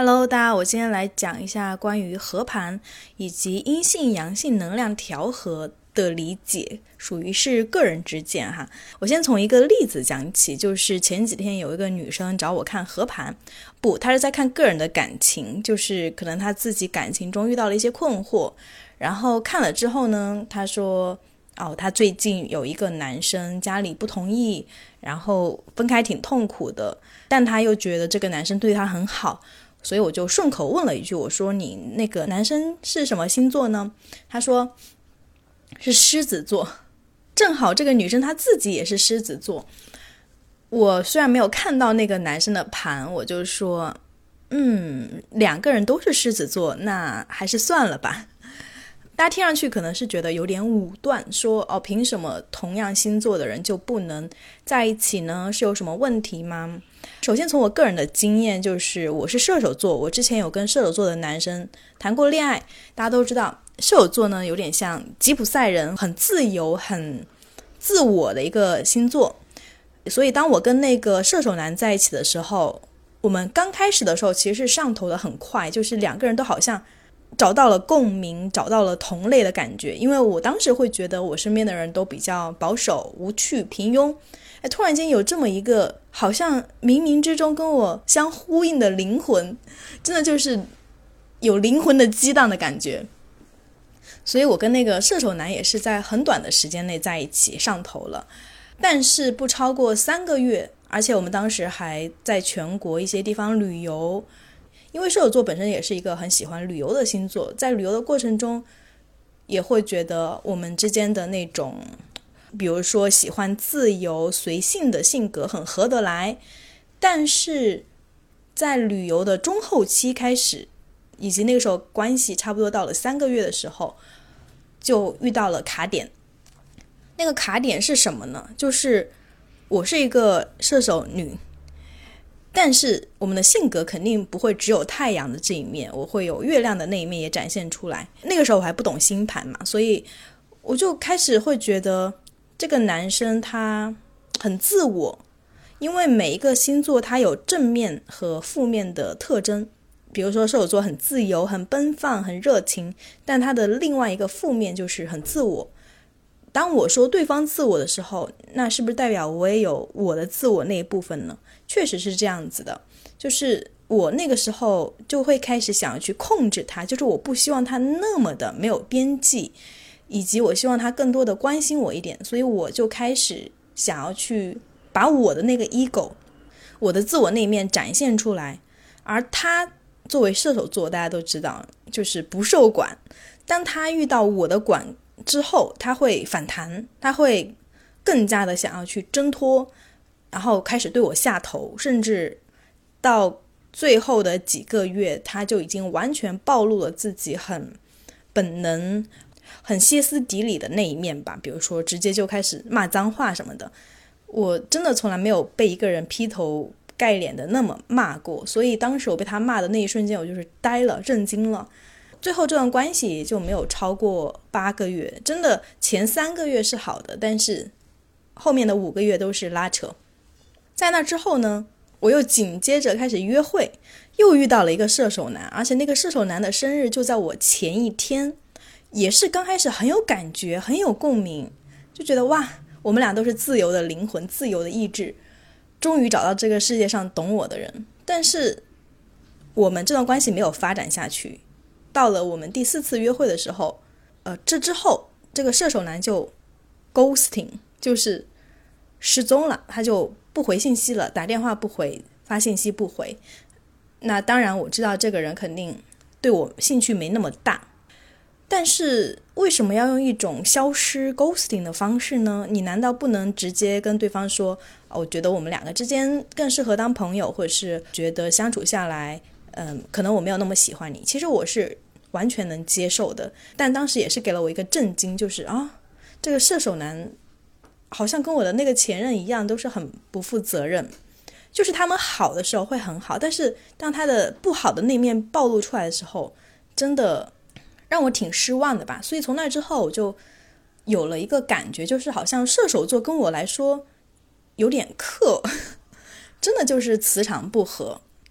Hello，大家，我今天来讲一下关于合盘以及阴性阳性能量调和的理解，属于是个人之见哈。我先从一个例子讲起，就是前几天有一个女生找我看合盘，她是在看个人的感情，就是可能她自己感情中遇到了一些困惑，然后看了之后呢，她说她最近有一个男生家里不同意，然后分开挺痛苦的，但她又觉得这个男生对她很好，所以我就顺口问了一句，我说你那个男生是什么星座呢？他说是狮子座，正好这个女生她自己也是狮子座。我虽然没有看到那个男生的盘，我就说两个人都是狮子座，那还是算了吧。大家听上去可能是觉得有点武断，说凭什么同样星座的人就不能在一起呢？是有什么问题吗？首先从我个人的经验，就是我是射手座，我之前有跟射手座的男生谈过恋爱。大家都知道射手座呢有点像吉普赛人，很自由很自我的一个星座，所以当我跟那个射手男在一起的时候，我们刚开始的时候其实是上头的很快，就是两个人都好像找到了共鸣，找到了同类的感觉。因为我当时会觉得我身边的人都比较保守、无趣、平庸，突然间有这么一个好像冥冥之中跟我相呼应的灵魂，真的就是有灵魂的激荡的感觉。所以我跟那个射手男也是在很短的时间内在一起上头了，但是不超过3个月，而且我们当时还在全国一些地方旅游。因为射手座本身也是一个很喜欢旅游的星座，在旅游的过程中也会觉得我们之间的那种比如说喜欢自由随性的性格很合得来，但是在旅游的中后期开始，以及那个时候关系差不多到了3个月的时候，就遇到了卡点。那个卡点是什么呢？就是我是一个射手女，但是我们的性格肯定不会只有太阳的这一面，我会有月亮的那一面也展现出来。那个时候我还不懂星盘嘛，所以我就开始会觉得这个男生他很自我，因为每一个星座他有正面和负面的特征。比如说射手座很自由、很奔放、很热情，但他的另外一个负面就是很自我。当我说对方自我的时候，那是不是代表我也有我的自我那一部分呢？确实是这样子的，就是我那个时候就会开始想要去控制他，就是我不希望他那么的没有边际，以及我希望他更多的关心我一点，所以我就开始想要去把我的那个 ego， 我的自我那一面展现出来。而他作为射手座，大家都知道就是不受管，当他遇到我的管之后，他会反弹，他会更加的想要去挣脱，然后开始对我下头，甚至到最后的几个月，他就已经完全暴露了自己很本能、很歇斯底里的那一面吧。比如说直接就开始骂脏话什么的，我真的从来没有被一个人劈头盖脸的那么骂过，所以当时我被他骂的那一瞬间，我就是呆了，震惊了。最后这段关系就没有超过8个月，真的前3个月是好的，但是后面的5个月都是拉扯。在那之后呢，我又紧接着开始约会，又遇到了一个射手男，而且那个射手男的生日就在我前一天，也是刚开始很有感觉，很有共鸣，就觉得哇，我们俩都是自由的灵魂，自由的意志，终于找到这个世界上懂我的人。但是我们这段关系没有发展下去，到了我们第4次约会的时候，这之后这个射手男就 ghosting， 就是失踪了，他就不回信息了，打电话不回，发信息不回。那当然我知道这个人肯定对我兴趣没那么大，但是为什么要用一种消失 ghosting 的方式呢？你难道不能直接跟对方说，我觉得我们两个之间更适合当朋友，或者是觉得相处下来可能我没有那么喜欢你。其实我是完全能接受的，但当时也是给了我一个震惊，就是这个射手男好像跟我的那个前任一样，都是很不负责任。就是他们好的时候会很好，但是当他的不好的那面暴露出来的时候，真的让我挺失望的吧。所以从那之后我就有了一个感觉，就是好像射手座跟我来说有点克，真的就是磁场不合。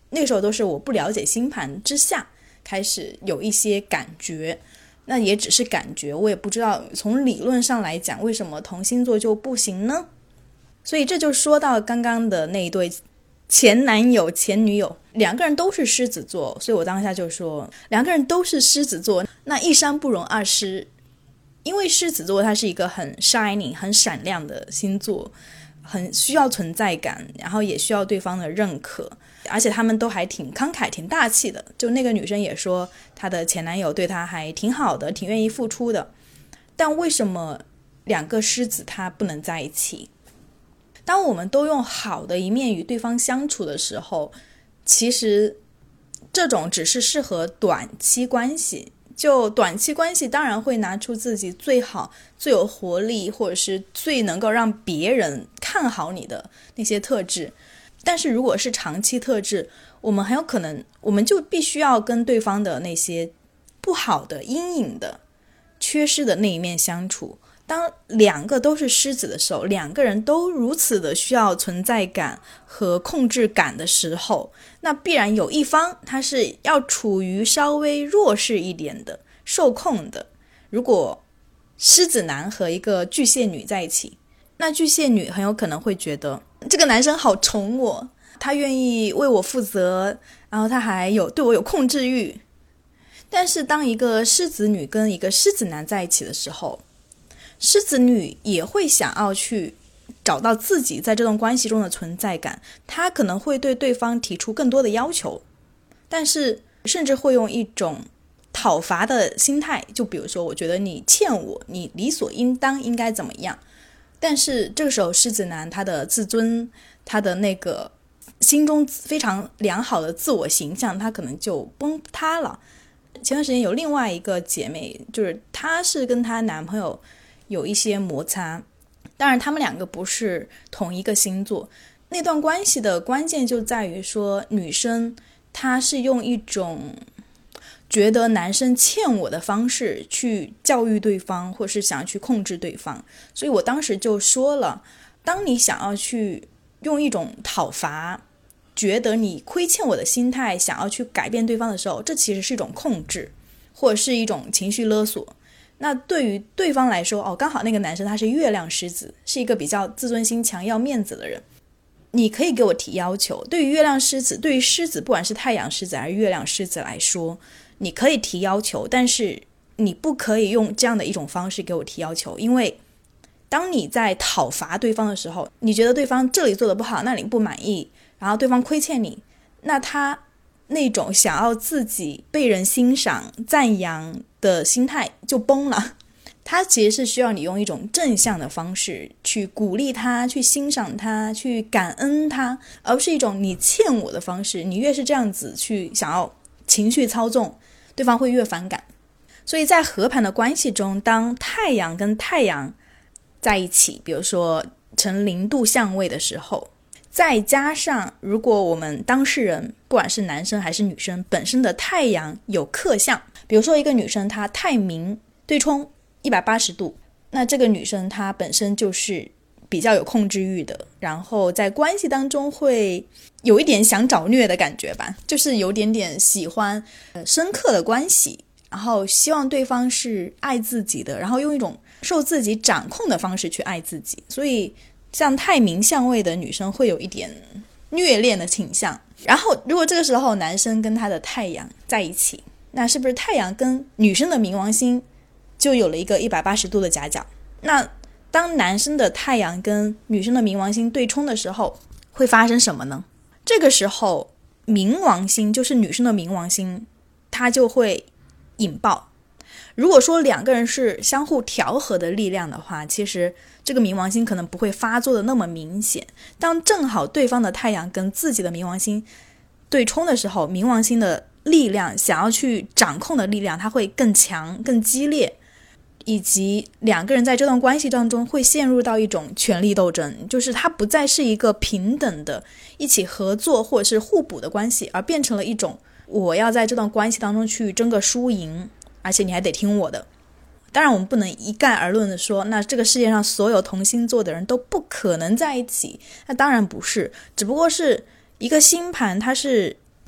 那个时候都是我不了解星盘之下开始有一些感觉，那也只是感觉，我也不知道从理论上来讲为什么同星座就不行呢？所以这就说到刚刚的那一对前男友前女友，两个人都是狮子座，所以我当下就说两个人都是狮子座，那一山不容二狮。因为狮子座它是一个很 shining 很闪亮的星座，很需要存在感，然后也需要对方的认可，而且他们都还挺慷慨挺大气的，就那个女生也说她的前男友对她还挺好的，挺愿意付出的。但为什么两个狮子他不能在一起？当我们都用好的一面与对方相处的时候，其实这种只是适合短期关系，就短期关系当然会拿出自己最好最有活力或者是最能够让别人看好你的那些特质，但是如果是长期特质，我们很有可能我们就必须要跟对方的那些不好的阴影的缺失的那一面相处。当两个都是狮子的时候，两个人都如此的需要存在感和控制感的时候，那必然有一方他是要处于稍微弱势一点的受控的。如果狮子男和一个巨蟹女在一起，那巨蟹女很有可能会觉得这个男生好宠我，他愿意为我负责，然后他还对我有控制欲。但是当一个狮子女跟一个狮子男在一起的时候，狮子女也会想要去找到自己在这段关系中的存在感，她可能会对对方提出更多的要求，但是甚至会用一种讨伐的心态，就比如说我觉得你欠我，你理所应当应该怎么样。但是这个时候狮子男他的自尊，他的那个心中非常良好的自我形象，他可能就崩塌了。前段时间有另外一个姐妹，就是她是跟她男朋友有一些摩擦，当然他们两个不是同一个星座。那段关系的关键就在于说，女生她是用一种觉得男生欠我的方式去教育对方，或是想要去控制对方。所以我当时就说了，当你想要去用一种讨伐，觉得你亏欠我的心态想要去改变对方的时候，这其实是一种控制，或者是一种情绪勒索。那对于对方来说，刚好那个男生他是月亮狮子，是一个比较自尊心强要面子的人，你可以给我提要求。对于月亮狮子，对于狮子，不管是太阳狮子还是月亮狮子来说，你可以提要求，但是你不可以用这样的一种方式给我提要求。因为当你在讨伐对方的时候，你觉得对方这里做的不好，那里不满意，然后对方亏欠你，那他那种想要自己被人欣赏赞扬的心态就崩了。他其实是需要你用一种正向的方式去鼓励他，去欣赏他，去感恩他，而不是一种你欠我的方式。你越是这样子去想要情绪操纵，对方会越反感。所以在合盘的关系中，当太阳跟太阳在一起，比如说成0度相位的时候，再加上如果我们当事人不管是男生还是女生本身的太阳有克相，比如说一个女生她太冥对冲180度，那这个女生她本身就是比较有控制欲的，然后在关系当中会有一点想找虐的感觉吧，就是有点点喜欢深刻的关系，然后希望对方是爱自己的，然后用一种受自己掌控的方式去爱自己。所以像太冥相位的女生会有一点虐恋的倾向。然后如果这个时候男生跟他的太阳在一起，那是不是太阳跟女生的冥王星就有了一个180度的夹角？那当男生的太阳跟女生的冥王星对冲的时候会发生什么呢？这个时候冥王星就是女生的冥王星，它就会引爆。如果说两个人是相互调和的力量的话，其实这个冥王星可能不会发作的那么明显。当正好对方的太阳跟自己的冥王星对冲的时候，冥王星的力量想要去掌控的力量它会更强更激烈，以及两个人在这段关系当中会陷入到一种权力斗争，就是它不再是一个平等的一起合作或者是互补的关系，而变成了一种我要在这段关系当中去争个输赢，而且你还得听我的。当然我们不能一概而论的说那这个世界上所有同星座的人都不可能在一起，那当然不是，只不过是一个星盘它是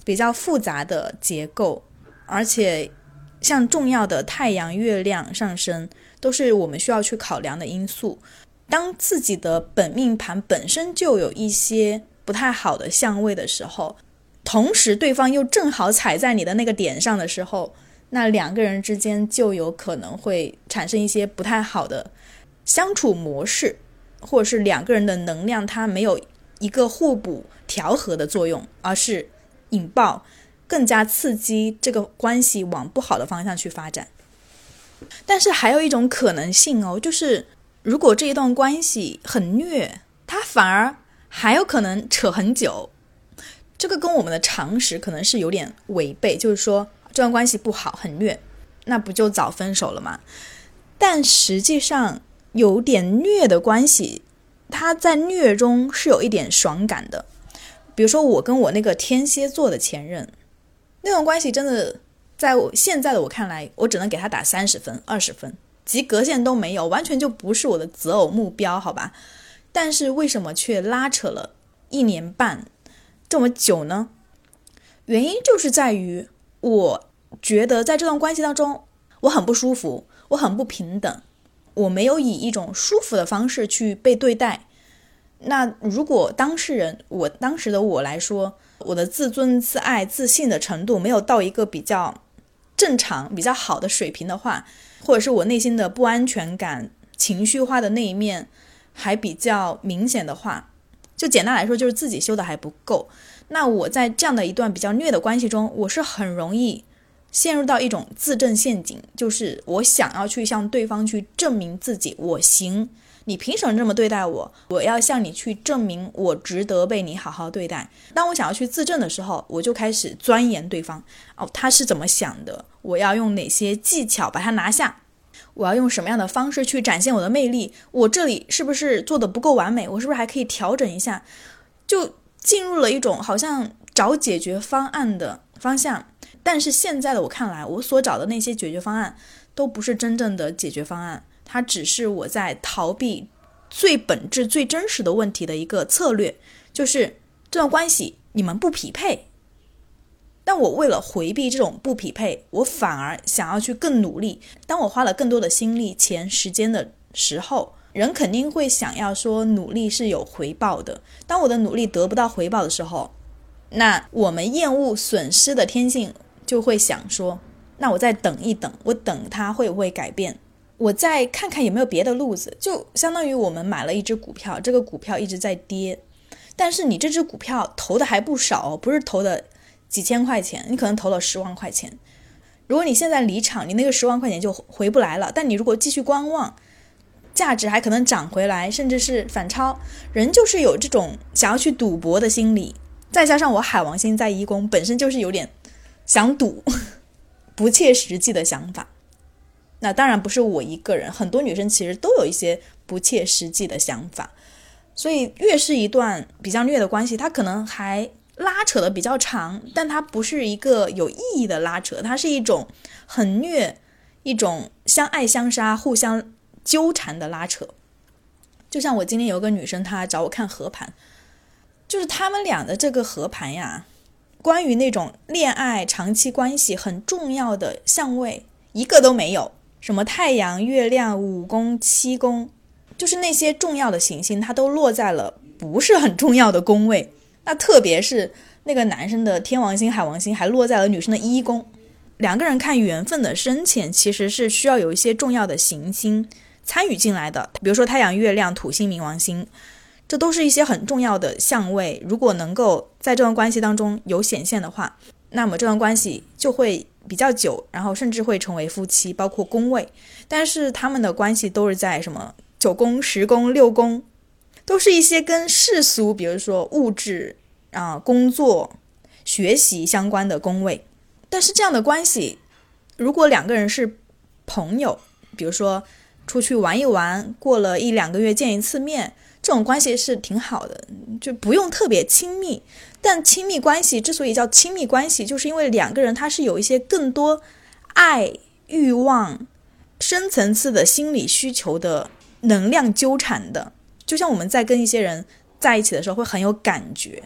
比较复杂的结构，而且像重要的太阳、月亮、上升都是我们需要去考量的因素。当自己的本命盘本身就有一些不太好的相位的时候，同时对方又正好踩在你的那个点上的时候，那两个人之间就有可能会产生一些不太好的相处模式，或者是两个人的能量它没有一个互补调和的作用，而是引爆，更加刺激这个关系往不好的方向去发展。但是还有一种可能性哦，就是如果这一段关系很虐，它反而还有可能扯很久。这个跟我们的常识可能是有点违背，就是说这段关系不好很虐，那不就早分手了吗？但实际上有点虐的关系，它在虐中是有一点爽感的。比如说我跟我那个天蝎座的前任，那段关系真的在现在的我看来，我只能给他打30分20分，及格线都没有，完全就不是我的择偶目标，好吧？但是为什么却拉扯了1年半这么久呢？原因就是在于我觉得在这段关系当中我很不舒服，我很不平等，我没有以一种舒服的方式去被对待。那如果当事人，当时的我来说，我的自尊、自爱、自信的程度没有到一个比较正常、比较好的水平的话，或者是我内心的不安全感、情绪化的那一面还比较明显的话，就简单来说就是自己修的还不够。那我在这样的一段比较虐的关系中，我是很容易陷入到一种自证陷阱，就是我想要去向对方去证明自己，我行，你凭什么这么对待我？我要向你去证明我值得被你好好对待。当我想要去自证的时候，我就开始钻研对方，他是怎么想的，我要用哪些技巧把他拿下，我要用什么样的方式去展现我的魅力，我这里是不是做的不够完美，我是不是还可以调整一下，就进入了一种好像找解决方案的方向。但是现在的我看来，我所找的那些解决方案都不是真正的解决方案，它只是我在逃避最本质最真实的问题的一个策略，就是这段关系你们不匹配。但我为了回避这种不匹配，我反而想要去更努力。当我花了更多的心力、钱、时间的时候，人肯定会想要说努力是有回报的。当我的努力得不到回报的时候，那我们厌恶损失的天性就会想说，那我再等一等，我等它会不会改变，我再看看有没有别的路子。就相当于我们买了一只股票，这个股票一直在跌，但是你这只股票投的还不少，不是投的几千块钱，你可能投了10万块钱。如果你现在离场，你那个10万块钱就回不来了，但你如果继续观望，价值还可能涨回来，甚至是反超。人就是有这种想要去赌博的心理，再加上我海王星在1宫，本身就是有点想赌不切实际的想法。那当然不是我一个人，很多女生其实都有一些不切实际的想法。所以越是一段比较虐的关系，它可能还拉扯的比较长，但它不是一个有意义的拉扯，它是一种很虐，一种相爱相杀、互相纠缠的拉扯。就像我今天有个女生，她找我看合盘，就是他们俩的这个合盘呀，关于那种恋爱长期关系很重要的相位一个都没有，什么太阳、月亮、5宫、7宫，就是那些重要的行星它都落在了不是很重要的宫位。那特别是那个男生的天王星、海王星还落在了女生的1宫。两个人看缘分的深浅，其实是需要有一些重要的行星参与进来的，比如说太阳、月亮、土星、冥王星，这都是一些很重要的相位。如果能够在这段关系当中有显现的话，那么这段关系就会比较久，然后甚至会成为夫妻，包括宫位。但是他们的关系都是在什么9宫、10宫、6宫，都是一些跟世俗，比如说物质工作、学习相关的宫位。但是这样的关系，如果两个人是朋友，比如说出去玩一玩，过了1-2个月见一次面，这种关系是挺好的，就不用特别亲密。但亲密关系之所以叫亲密关系，就是因为两个人他是有一些更多爱、欲望、深层次的心理需求的能量纠缠的。就像我们在跟一些人在一起的时候会很有感觉，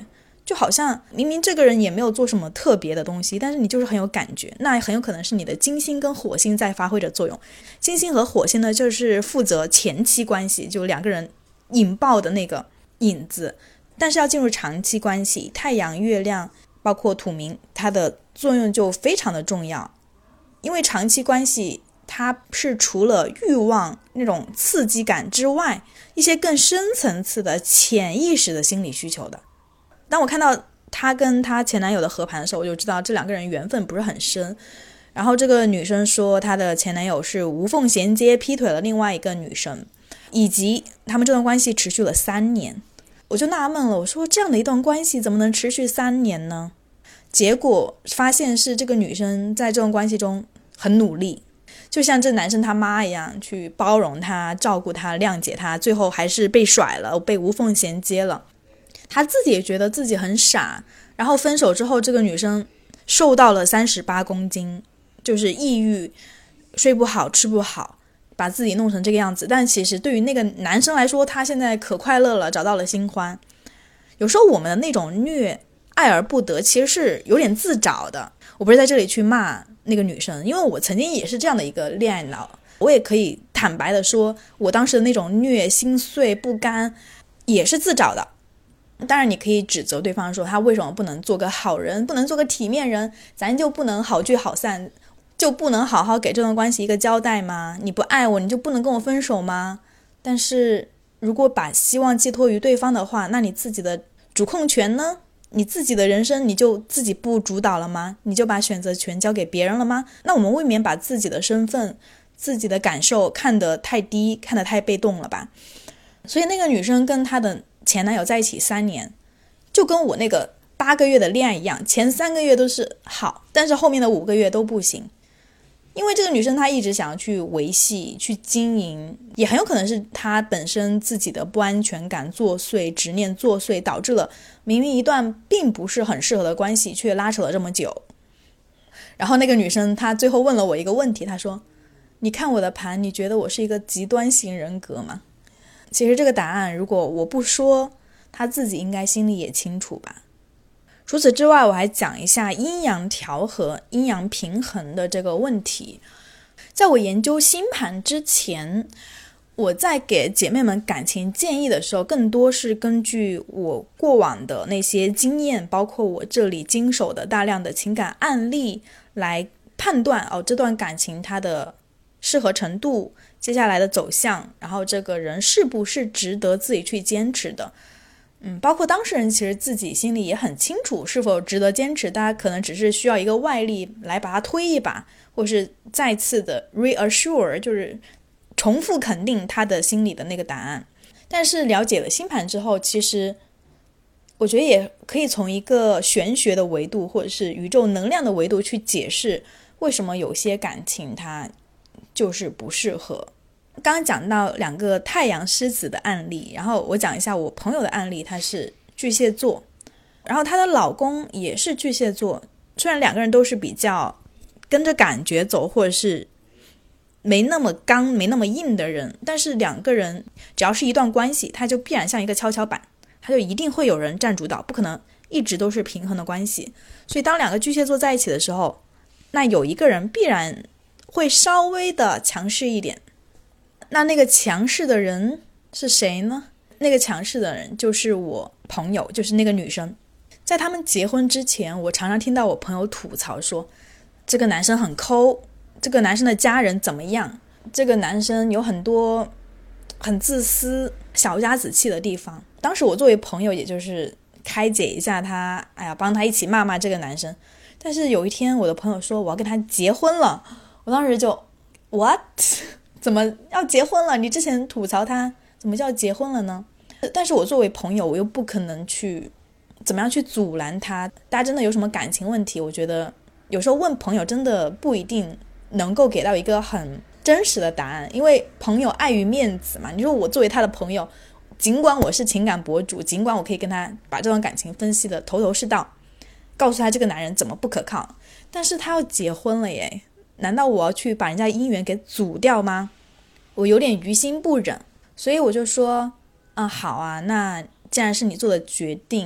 就好像明明这个人也没有做什么特别的东西，但是你就是很有感觉，那很有可能是你的金星跟火星在发挥着作用。金星和火星呢，就是负责前期关系，就两个人引爆的那个引子，但是要进入长期关系，太阳、月亮包括土冥，它的作用就非常的重要。因为长期关系它是除了欲望那种刺激感之外，一些更深层次的潜意识的心理需求的。当我看到她跟她前男友的合盘的时候，我就知道这两个人缘分不是很深。然后这个女生说她的前男友是无缝衔接劈腿了另外一个女生，以及他们这段关系持续了3年。我就纳闷了，我说这样的一段关系怎么能持续3年呢？结果发现是这个女生在这段关系中很努力，就像这男生他妈一样去包容他、照顾他、谅解他，最后还是被甩了，被无缝衔接了。他自己也觉得自己很傻，然后分手之后这个女生瘦到了38公斤，就是抑郁，睡不好吃不好，把自己弄成这个样子。但其实对于那个男生来说，他现在可快乐了，找到了新欢。有时候我们的那种虐爱而不得其实是有点自找的。我不是在这里去骂那个女生，因为我曾经也是这样的一个恋爱脑，我也可以坦白的说，我当时的那种虐、心碎、不甘也是自找的。当然你可以指责对方说他为什么不能做个好人，不能做个体面人，咱就不能好聚好散，就不能好好给这段关系一个交代吗？你不爱我，你就不能跟我分手吗？但是如果把希望寄托于对方的话，那你自己的主控权呢？你自己的人生你就自己不主导了吗？你就把选择权交给别人了吗？那我们未免把自己的身份、自己的感受看得太低，看得太被动了吧。所以那个女生跟她的前男友在一起3年，就跟我那个8个月的恋爱一样，前3个月都是好，但是后面的5个月都不行。因为这个女生她一直想要去维系、去经营，也很有可能是她本身自己的不安全感作祟、执念作祟，导致了明明一段并不是很适合的关系却拉扯了这么久。然后那个女生她最后问了我一个问题，她说，你看我的盘，你觉得我是一个极端型人格吗？其实这个答案如果我不说，她自己应该心里也清楚吧。除此之外，我还讲一下阴阳调和、阴阳平衡的这个问题。在我研究星盘之前，我在给姐妹们感情建议的时候，更多是根据我过往的那些经验，包括我这里经手的大量的情感案例来判断这段感情它的适合程度、接下来的走向，然后这个人是不是值得自己去坚持的。包括当事人其实自己心里也很清楚是否值得坚持，大家可能只是需要一个外力来把它推一把，或是再次的 reassure， 就是重复肯定他的心里的那个答案。但是了解了星盘之后，其实我觉得也可以从一个玄学的维度或者是宇宙能量的维度去解释为什么有些感情它就是不适合。刚刚讲到2个太阳狮子的案例，然后我讲一下我朋友的案例，他是巨蟹座，然后她的老公也是巨蟹座，虽然2个人都是比较跟着感觉走，或者是没那么刚没那么硬的人，但是2个人只要是一段关系，它就必然像一个跷跷板，它就一定会有人占主导，不可能一直都是平衡的关系。所以当2个巨蟹座在一起的时候，那有一个人必然会稍微的强势一点。那个强势的人是谁呢？那个强势的人就是我朋友，就是那个女生。在他们结婚之前，我常常听到我朋友吐槽说，这个男生很抠，这个男生的家人怎么样，这个男生有很多很自私、小家子气的地方。当时我作为朋友，也就是开解一下他，帮他一起骂骂这个男生。但是有一天，我的朋友说我要跟他结婚了，我当时就 what？怎么要结婚了？你之前吐槽他，怎么叫结婚了呢？但是我作为朋友，我又不可能去怎么样去阻拦他。大家真的有什么感情问题，我觉得有时候问朋友真的不一定能够给到一个很真实的答案，因为朋友碍于面子嘛。你说我作为他的朋友，尽管我是情感博主，尽管我可以跟他把这段感情分析的头头是道，告诉他这个男人怎么不可靠，但是他要结婚了耶，难道我要去把人家姻缘给阻掉吗？我有点于心不忍，所以我就说好啊，那既然是你做的决定，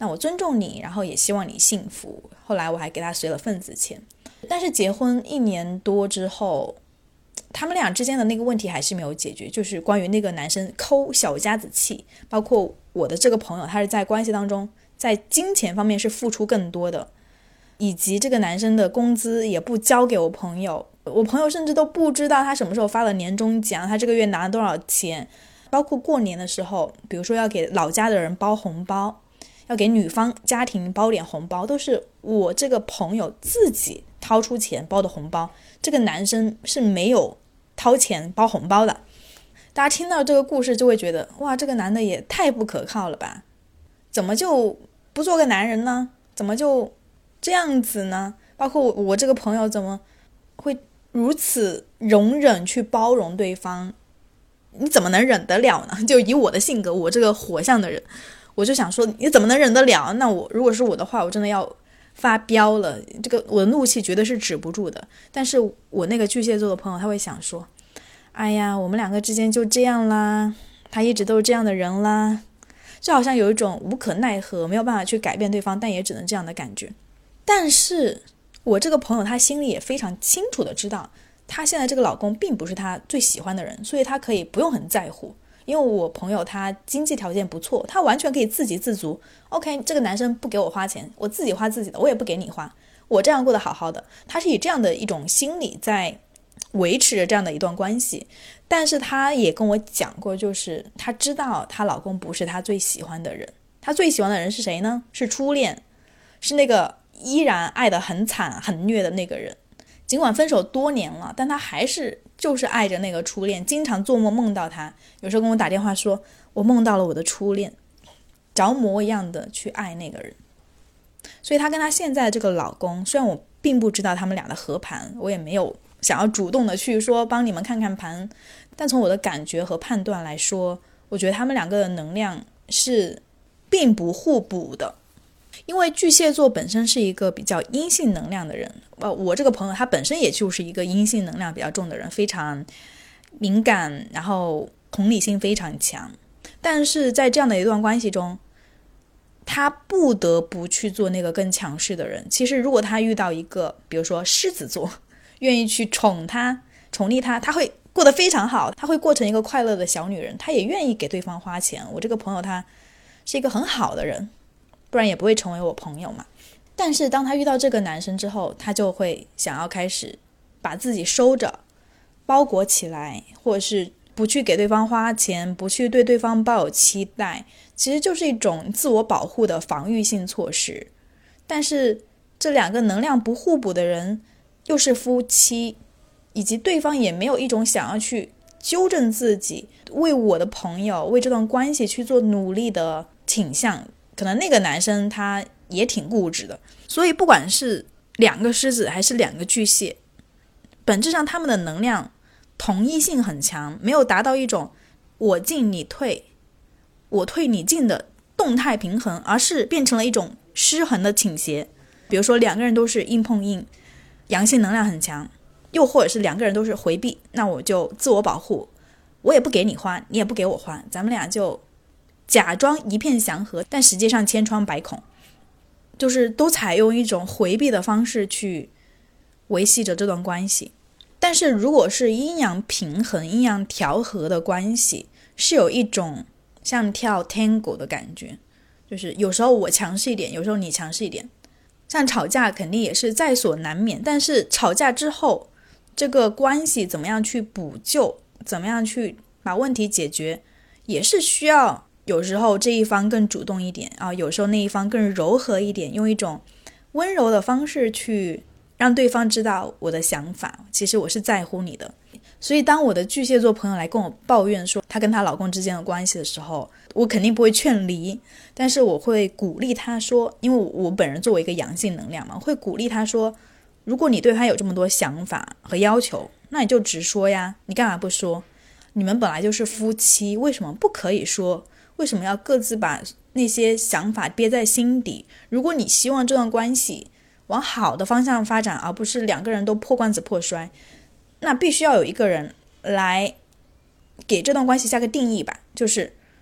那我尊重你，然后也希望你幸福。后来我还给他随了份子钱。但是结婚1年多之后，他们俩之间的那个问题还是没有解决，就是关于那个男生抠小家子气，包括我的这个朋友，他是在关系当中在金钱方面是付出更多的，以及这个男生的工资也不交给我朋友，我朋友甚至都不知道他什么时候发了年终奖，他这个月拿了多少钱。包括过年的时候，比如说要给老家的人包红包，要给女方家庭包点红包，都是我这个朋友自己掏出钱包的红包，这个男生是没有掏钱包红包的。大家听到这个故事就会觉得，哇，这个男的也太不可靠了吧，怎么就不做个男人呢？怎么就这样子呢？包括我这个朋友怎么会如此容忍去包容对方，你怎么能忍得了呢？就以我的性格，我这个火象的人，我就想说你怎么能忍得了？那我如果是我的话，我真的要发飙了，这个我的怒气绝对是止不住的。但是我那个巨蟹座的朋友他会想说，哎呀，我们两个之间就这样啦，他一直都是这样的人啦，就好像有一种无可奈何，没有办法去改变对方，但也只能这样的感觉。但是我这个朋友他心里也非常清楚的知道，她现在这个老公并不是她最喜欢的人，所以她可以不用很在乎。因为我朋友他经济条件不错，他完全可以自给自足。OK， 这个男生不给我花钱，我自己花自己的，我也不给你花，我这样过得好好的。他是以这样的一种心理在维持着这样的一段关系。但是他也跟我讲过，就是他知道她老公不是他最喜欢的人，他最喜欢的人是谁呢？是初恋，是那个依然爱得很惨很虐的那个人。尽管分手多年了，但他还是就是爱着那个初恋，经常做梦梦到他，有时候跟我打电话说，我梦到了我的初恋，着魔一样的去爱那个人。所以他跟他现在这个老公，虽然我并不知道他们俩的合盘，我也没有想要主动的去说帮你们看看盘，但从我的感觉和判断来说，我觉得他们两个的能量是并不互补的。因为巨蟹座本身是一个比较阴性能量的人，我这个朋友他本身也就是一个阴性能量比较重的人，非常敏感，然后同理心非常强。但是在这样的一段关系中，他不得不去做那个更强势的人。其实如果他遇到一个比如说狮子座，愿意去宠溺他，他会过得非常好，他会过成一个快乐的小女人，他也愿意给对方花钱。我这个朋友他是一个很好的人，不然也不会成为我朋友嘛。但是当他遇到这个男生之后，他就会想要开始把自己收着，包裹起来，或者是不去给对方花钱，不去对对方抱有期待，其实就是一种自我保护的防御性措施。但是这两个能量不互补的人又是夫妻，以及对方也没有一种想要去纠正自己，为我的朋友为这段关系去做努力的倾向。可能那个男生他也挺固执的，所以不管是2个狮子还是2个巨蟹，本质上他们的能量统一性很强，没有达到一种我进你退我退你进的动态平衡，而是变成了一种失衡的倾斜。比如说2个人都是硬碰硬，阳性能量很强，又或者是2个人都是回避，那我就自我保护，我也不给你花，你也不给我花，咱们俩就假装一片祥和，但实际上千疮百孔，就是都采用一种回避的方式去维系着这段关系。但是如果是阴阳平衡阴阳调和的关系，是有一种像跳 Tango 的感觉，就是有时候我强势一点，有时候你强势一点。像吵架肯定也是在所难免，但是吵架之后这个关系怎么样去补救，怎么样去把问题解决，也是需要有时候这一方更主动一点啊，有时候那一方更柔和一点，用一种温柔的方式去让对方知道我的想法，其实我是在乎你的。所以当我的巨蟹座朋友来跟我抱怨说她跟她老公之间的关系的时候，我肯定不会劝离，但是我会鼓励她说，因为我本人作为一个阳性能量嘛，会鼓励她说，如果你对她有这么多想法和要求，那你就直说呀，你干嘛不说？你们本来就是夫妻，为什么不可以说？为什么要各自把那些想法憋在心底？如果你希望这段关系往好的方向发展，而不是2个人都破罐子破摔，那必须要有一个人来给这段关系下个定义吧，就是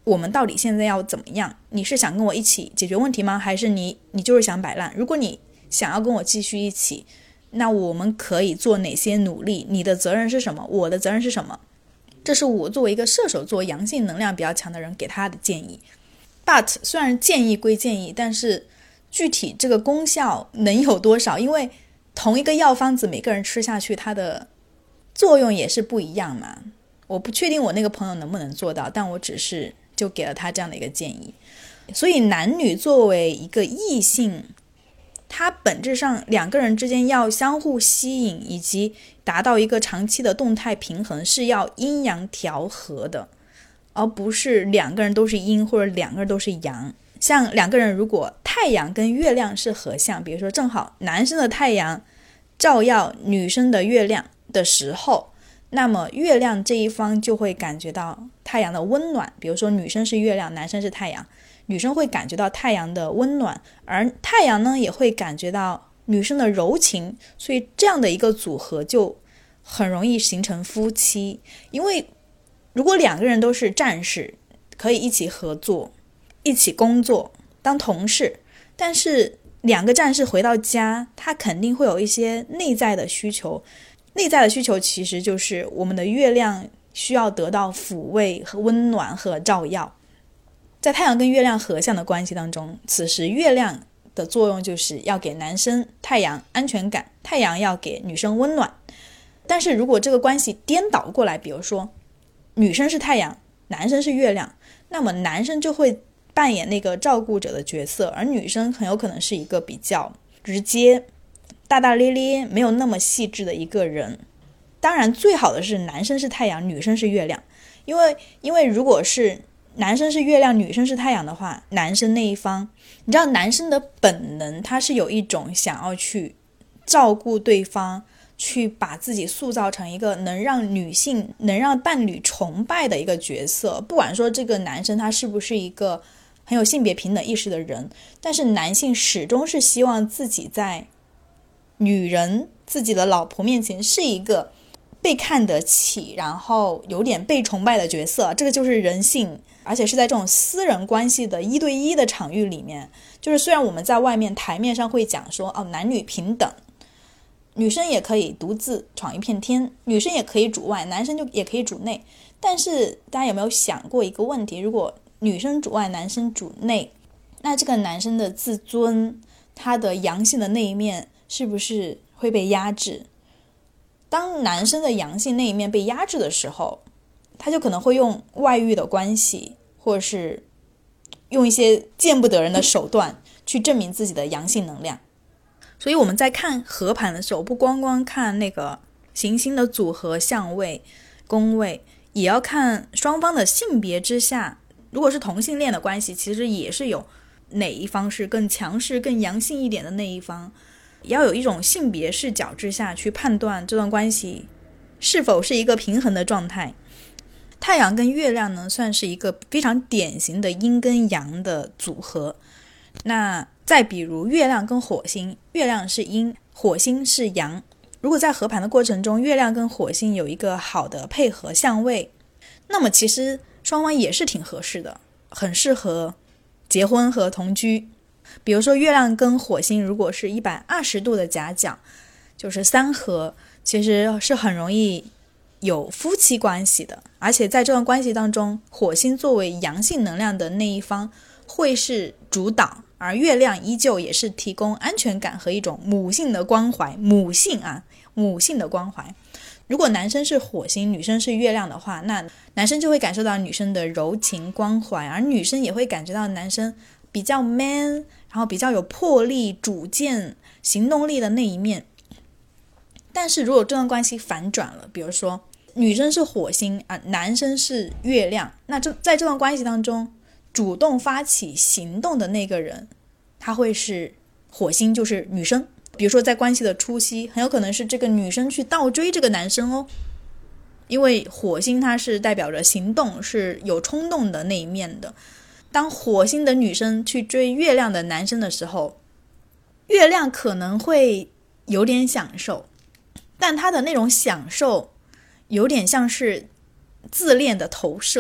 我们到底现在要怎么样？你是想跟我一起解决问题吗？还是你就是想摆烂？如果你想要跟我继续一起，那我们可以做哪些努力？你的责任是什么？我的责任是什么？这是我作为一个射手座阳性能量比较强的人给他的建议。 But 虽然建议归建议，但是具体这个功效能有多少？因为同一个药方子每个人吃下去它的作用也是不一样嘛。我不确定我那个朋友能不能做到，但我只是就给了他这样的一个建议。所以男女作为一个异性，它本质上两个人之间要相互吸引以及达到一个长期的动态平衡，是要阴阳调和的，而不是两个人都是阴或者两个人都是阳。像两个人如果太阳跟月亮是合相，比如说正好男生的太阳照耀女生的月亮的时候，那么月亮这一方就会感觉到太阳的温暖。比如说女生是月亮，男生是太阳，女生会感觉到太阳的温暖，而太阳呢也会感觉到女生的柔情，所以这样的一个组合就很容易形成夫妻。因为如果两个人都是战士，可以一起合作一起工作当同事，但是两个战士回到家，他肯定会有一些内在的需求。内在的需求其实就是我们的月亮需要得到抚慰和温暖和照耀。在太阳跟月亮合相的关系当中，此时月亮的作用就是要给男生太阳安全感，太阳要给女生温暖。但是如果这个关系颠倒过来，比如说女生是太阳，男生是月亮，那么男生就会扮演那个照顾者的角色，而女生很有可能是一个比较直接大大咧咧没有那么细致的一个人。当然最好的是男生是太阳，女生是月亮，因为如果是男生是月亮，女生是太阳的话，男生那一方，你知道男生的本能他是有一种想要去照顾对方，去把自己塑造成一个能让女性能让伴侣崇拜的一个角色。不管说这个男生他是不是一个很有性别平等意识的人，但是男性始终是希望自己在女人自己的老婆面前是一个被看得起然后有点被崇拜的角色。这个就是人性，而且是在这种私人关系的一对一的场域里面。就是虽然我们在外面台面上会讲说男女平等，女生也可以独自闯一片天，女生也可以主外，男生就也可以主内。但是大家有没有想过一个问题，如果女生主外男生主内，那这个男生的自尊，他的阳性的那一面是不是会被压制？当男生的阳性那一面被压制的时候，他就可能会用外遇的关系，或者是用一些见不得人的手段去证明自己的阳性能量。所以我们在看合盘的时候，不光光看那个行星的组合相位宫位，也要看双方的性别之下。如果是同性恋的关系，其实也是有哪一方是更强势更阳性一点的那一方，要有一种性别视角之下去判断这段关系是否是一个平衡的状态。太阳跟月亮呢，算是一个非常典型的阴跟阳的组合。那再比如月亮跟火星，月亮是阴，火星是阳。如果在合盘的过程中，月亮跟火星有一个好的配合相位，那么其实双方也是挺合适的，很适合结婚和同居。比如说月亮跟火星如果是120度的夹角，就是三合，其实是很容易有夫妻关系的。而且在这段关系当中，火星作为阳性能量的那一方会是主导，而月亮依旧也是提供安全感和一种母性的关怀。母性的关怀。如果男生是火星，女生是月亮的话，那男生就会感受到女生的柔情关怀，而女生也会感觉到男生比较 man， 然后比较有魄力、主见、行动力的那一面。但是如果这段关系反转了，比如说女生是火星男生是月亮，那在这段关系当中，主动发起行动的那个人，他会是火星，就是女生。比如说在关系的初期，很有可能是这个女生去倒追这个男生哦，因为火星它是代表着行动，是有冲动的那一面的。当火星的女生去追月亮的男生的时候，月亮可能会有点享受，但他的那种享受有点像是自恋的投射。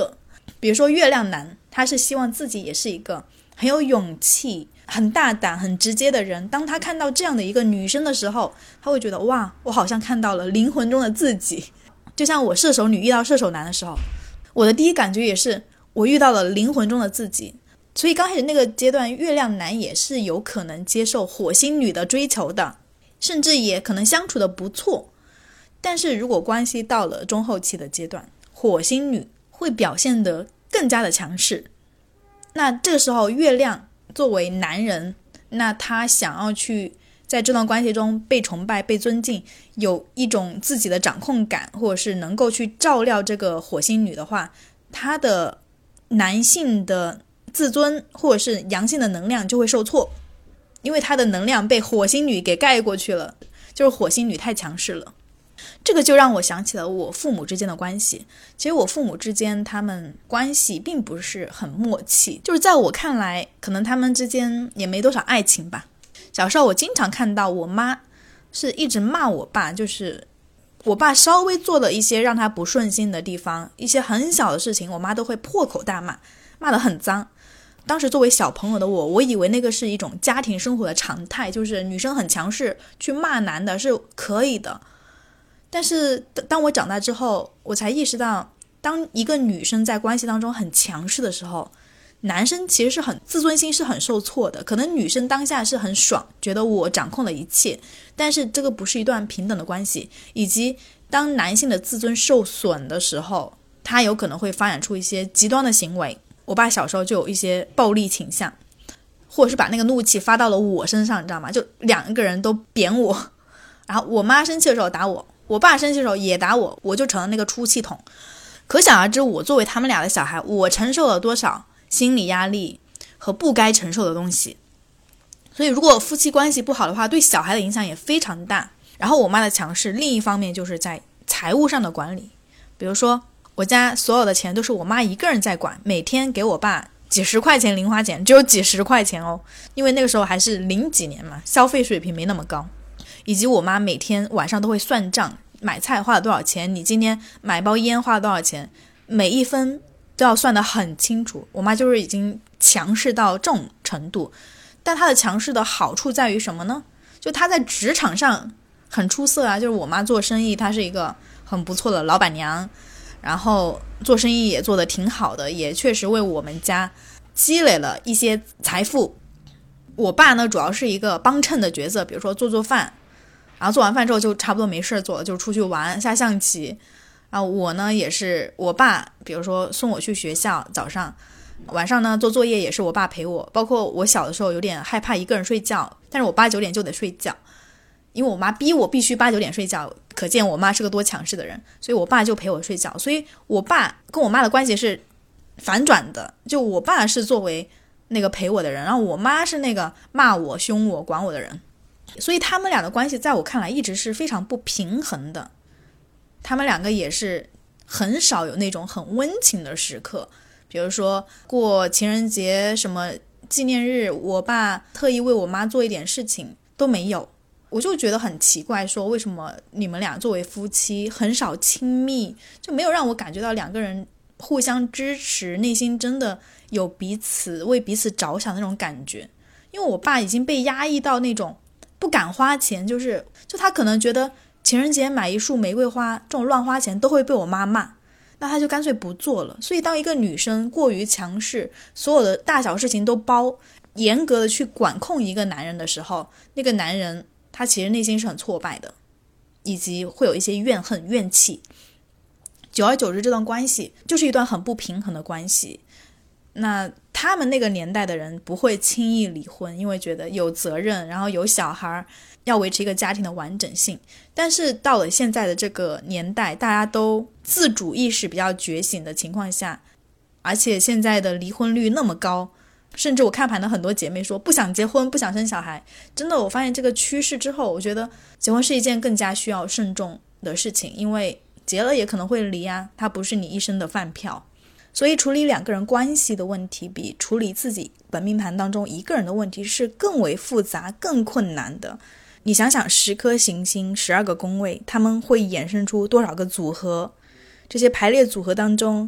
比如说月亮男，他是希望自己也是一个很有勇气、很大胆、很直接的人。当他看到这样的一个女生的时候，他会觉得哇，我好像看到了灵魂中的自己。就像我射手女遇到射手男的时候，我的第一感觉也是我遇到了灵魂中的自己。所以刚开始那个阶段，月亮男也是有可能接受火星女的追求的，甚至也可能相处的不错。但是如果关系到了中后期的阶段，火星女会表现得更加的强势。那这个时候月亮作为男人，那他想要去在这段关系中被崇拜、被尊敬，有一种自己的掌控感，或者是能够去照料这个火星女的话，他的男性的自尊或者是阳性的能量就会受挫，因为他的能量被火星女给盖过去了，就是火星女太强势了。这个就让我想起了我父母之间的关系。其实我父母之间他们关系并不是很默契，就是在我看来可能他们之间也没多少爱情吧。小时候我经常看到我妈是一直骂我爸，就是我爸稍微做了一些让他不顺心的地方，一些很小的事情，我妈都会破口大骂，骂得很脏。当时作为小朋友的我以为那个是一种家庭生活的常态，就是女生很强势去骂男的是可以的。但是当我长大之后，我才意识到，当一个女生在关系当中很强势的时候，男生其实是很自尊心是很受挫的。可能女生当下是很爽，觉得我掌控了一切，但是这个不是一段平等的关系。以及当男性的自尊受损的时候，他有可能会发展出一些极端的行为。我爸小时候就有一些暴力倾向，或者是把那个怒气发到了我身上，你知道吗？就两个人都扁我，然后我妈生气的时候打我，我爸生气的时候也打我，我就成了那个出气筒。可想而知，我作为他们俩的小孩，我承受了多少心理压力和不该承受的东西。所以如果夫妻关系不好的话，对小孩的影响也非常大。然后我妈的强势，另一方面就是在财务上的管理。比如说我家所有的钱都是我妈一个人在管，每天给我爸几十块钱零花钱，只有几十块钱哦，因为那个时候还是00几年嘛，消费水平没那么高。以及我妈每天晚上都会算账，买菜花了多少钱，你今天买包烟花了多少钱，每一分都要算得很清楚。我妈就是已经强势到这种程度。但她的强势的好处在于什么呢？就她在职场上很出色啊，就是我妈做生意，她是一个很不错的老板娘，然后做生意也做得挺好的，也确实为我们家积累了一些财富。我爸呢，主要是一个帮衬的角色，比如说做做饭，然后做完饭之后就差不多没事做了，就出去玩下象棋。然后我呢也是我爸，比如说送我去学校，早上晚上呢做作业也是我爸陪我。包括我小的时候有点害怕一个人睡觉，但是我8、9点就得睡觉，因为我妈逼我必须8、9点睡觉，可见我妈是个多强势的人，所以我爸就陪我睡觉。所以我爸跟我妈的关系是反转的，就我爸是作为那个陪我的人，然后我妈是那个骂我凶我管我的人。所以他们俩的关系在我看来一直是非常不平衡的。他们两个也是很少有那种很温情的时刻，比如说过情人节什么纪念日，我爸特意为我妈做一点事情都没有。我就觉得很奇怪，说为什么你们俩作为夫妻很少亲密，就没有让我感觉到两个人互相支持，内心真的有彼此为彼此着想的那种感觉。因为我爸已经被压抑到那种不敢花钱，就他可能觉得情人节买一束玫瑰花这种乱花钱都会被我妈骂，那他就干脆不做了。所以当一个女生过于强势，所有的大小事情都包，严格的去管控一个男人的时候，那个男人他其实内心是很挫败的，以及会有一些怨恨怨气。久而久之，这段关系就是一段很不平衡的关系。那他们那个年代的人不会轻易离婚，因为觉得有责任，然后有小孩，要维持一个家庭的完整性。但是到了现在的这个年代，大家都自主意识比较觉醒的情况下，而且现在的离婚率那么高，甚至我看盘的很多姐妹说不想结婚，不想生小孩。真的，我发现这个趋势之后，我觉得结婚是一件更加需要慎重的事情，因为结了也可能会离啊，它不是你一生的饭票。所以处理两个人关系的问题，比处理自己本命盘当中一个人的问题是更为复杂更困难的。你想想10颗行星12个宫位，他们会衍生出多少个组合，这些排列组合当中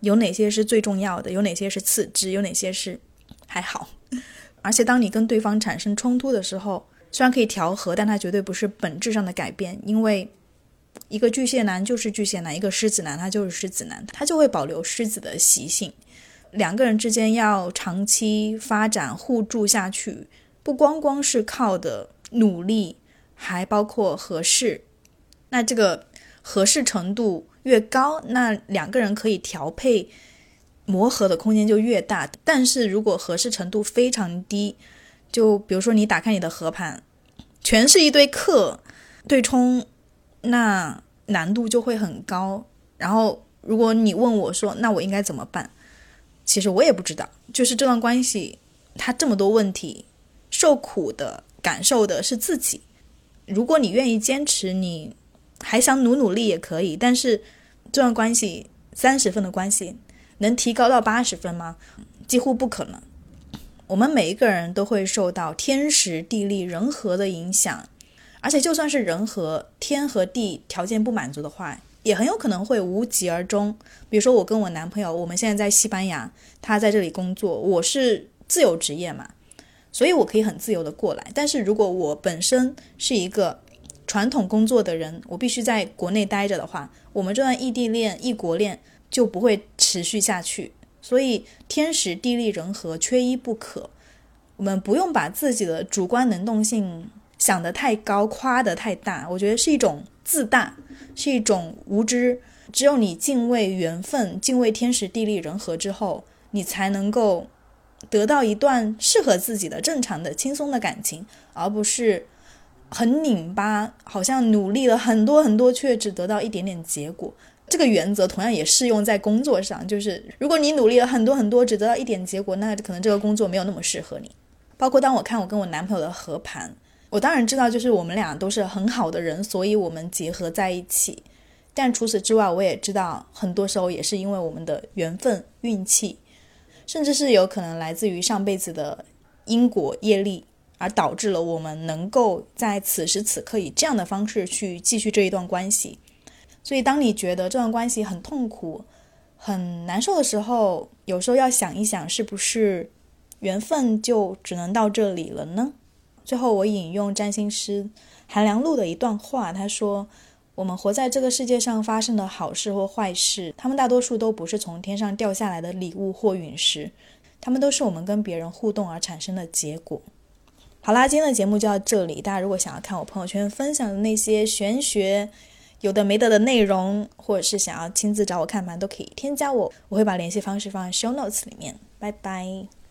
有哪些是最重要的，有哪些是次之，有哪些是还好。而且当你跟对方产生冲突的时候，虽然可以调和，但它绝对不是本质上的改变，因为一个巨蟹男就是巨蟹男，一个狮子男他就是狮子男，他就会保留狮子的习性。两个人之间要长期发展互助下去，不光光是靠的努力，还包括合适。那这个合适程度越高，那两个人可以调配磨合的空间就越大。但是如果合适程度非常低，就比如说你打开你的合盘，全是一堆克对冲，那难度就会很高。然后如果你问我说那我应该怎么办，其实我也不知道。就是这段关系它这么多问题，受苦的感受的是自己。如果你愿意坚持，你还想努力也可以，但是这段关系30分的关系能提高到80分吗？几乎不可能。我们每一个人都会受到天时地利人和的影响，而且就算是人和天和地条件不满足的话，也很有可能会无疾而终。比如说我跟我男朋友，我们现在在西班牙，他在这里工作，我是自由职业嘛，所以我可以很自由的过来。但是如果我本身是一个传统工作的人，我必须在国内待着的话，我们这段异地恋异国恋就不会持续下去。所以天时地利人和缺一不可，我们不用把自己的主观能动性想得太高，夸得太大，我觉得是一种自大，是一种无知。只有你敬畏缘分，敬畏天时地利人和之后，你才能够得到一段适合自己的正常的轻松的感情，而不是很拧巴，好像努力了很多很多却只得到一点点结果。这个原则同样也适用在工作上，就是如果你努力了很多很多只得到一点结果，那可能这个工作没有那么适合你。包括当我看我跟我男朋友的合盘，我当然知道就是我们俩都是很好的人，所以我们结合在一起。但除此之外，我也知道很多时候也是因为我们的缘分运气，甚至是有可能来自于上辈子的因果业力，而导致了我们能够在此时此刻以这样的方式去继续这一段关系。所以当你觉得这段关系很痛苦很难受的时候，有时候要想一想，是不是缘分就只能到这里了呢？最后我引用占星师韩良露的一段话，他说，我们活在这个世界上发生的好事或坏事，他们大多数都不是从天上掉下来的礼物或陨石，他们都是我们跟别人互动而产生的结果。好啦，今天的节目就到这里。大家如果想要看我朋友圈分享的那些玄学有的没的内容，或者是想要亲自找我看盘，都可以添加我，我会把联系方式放在 show notes 里面。拜拜。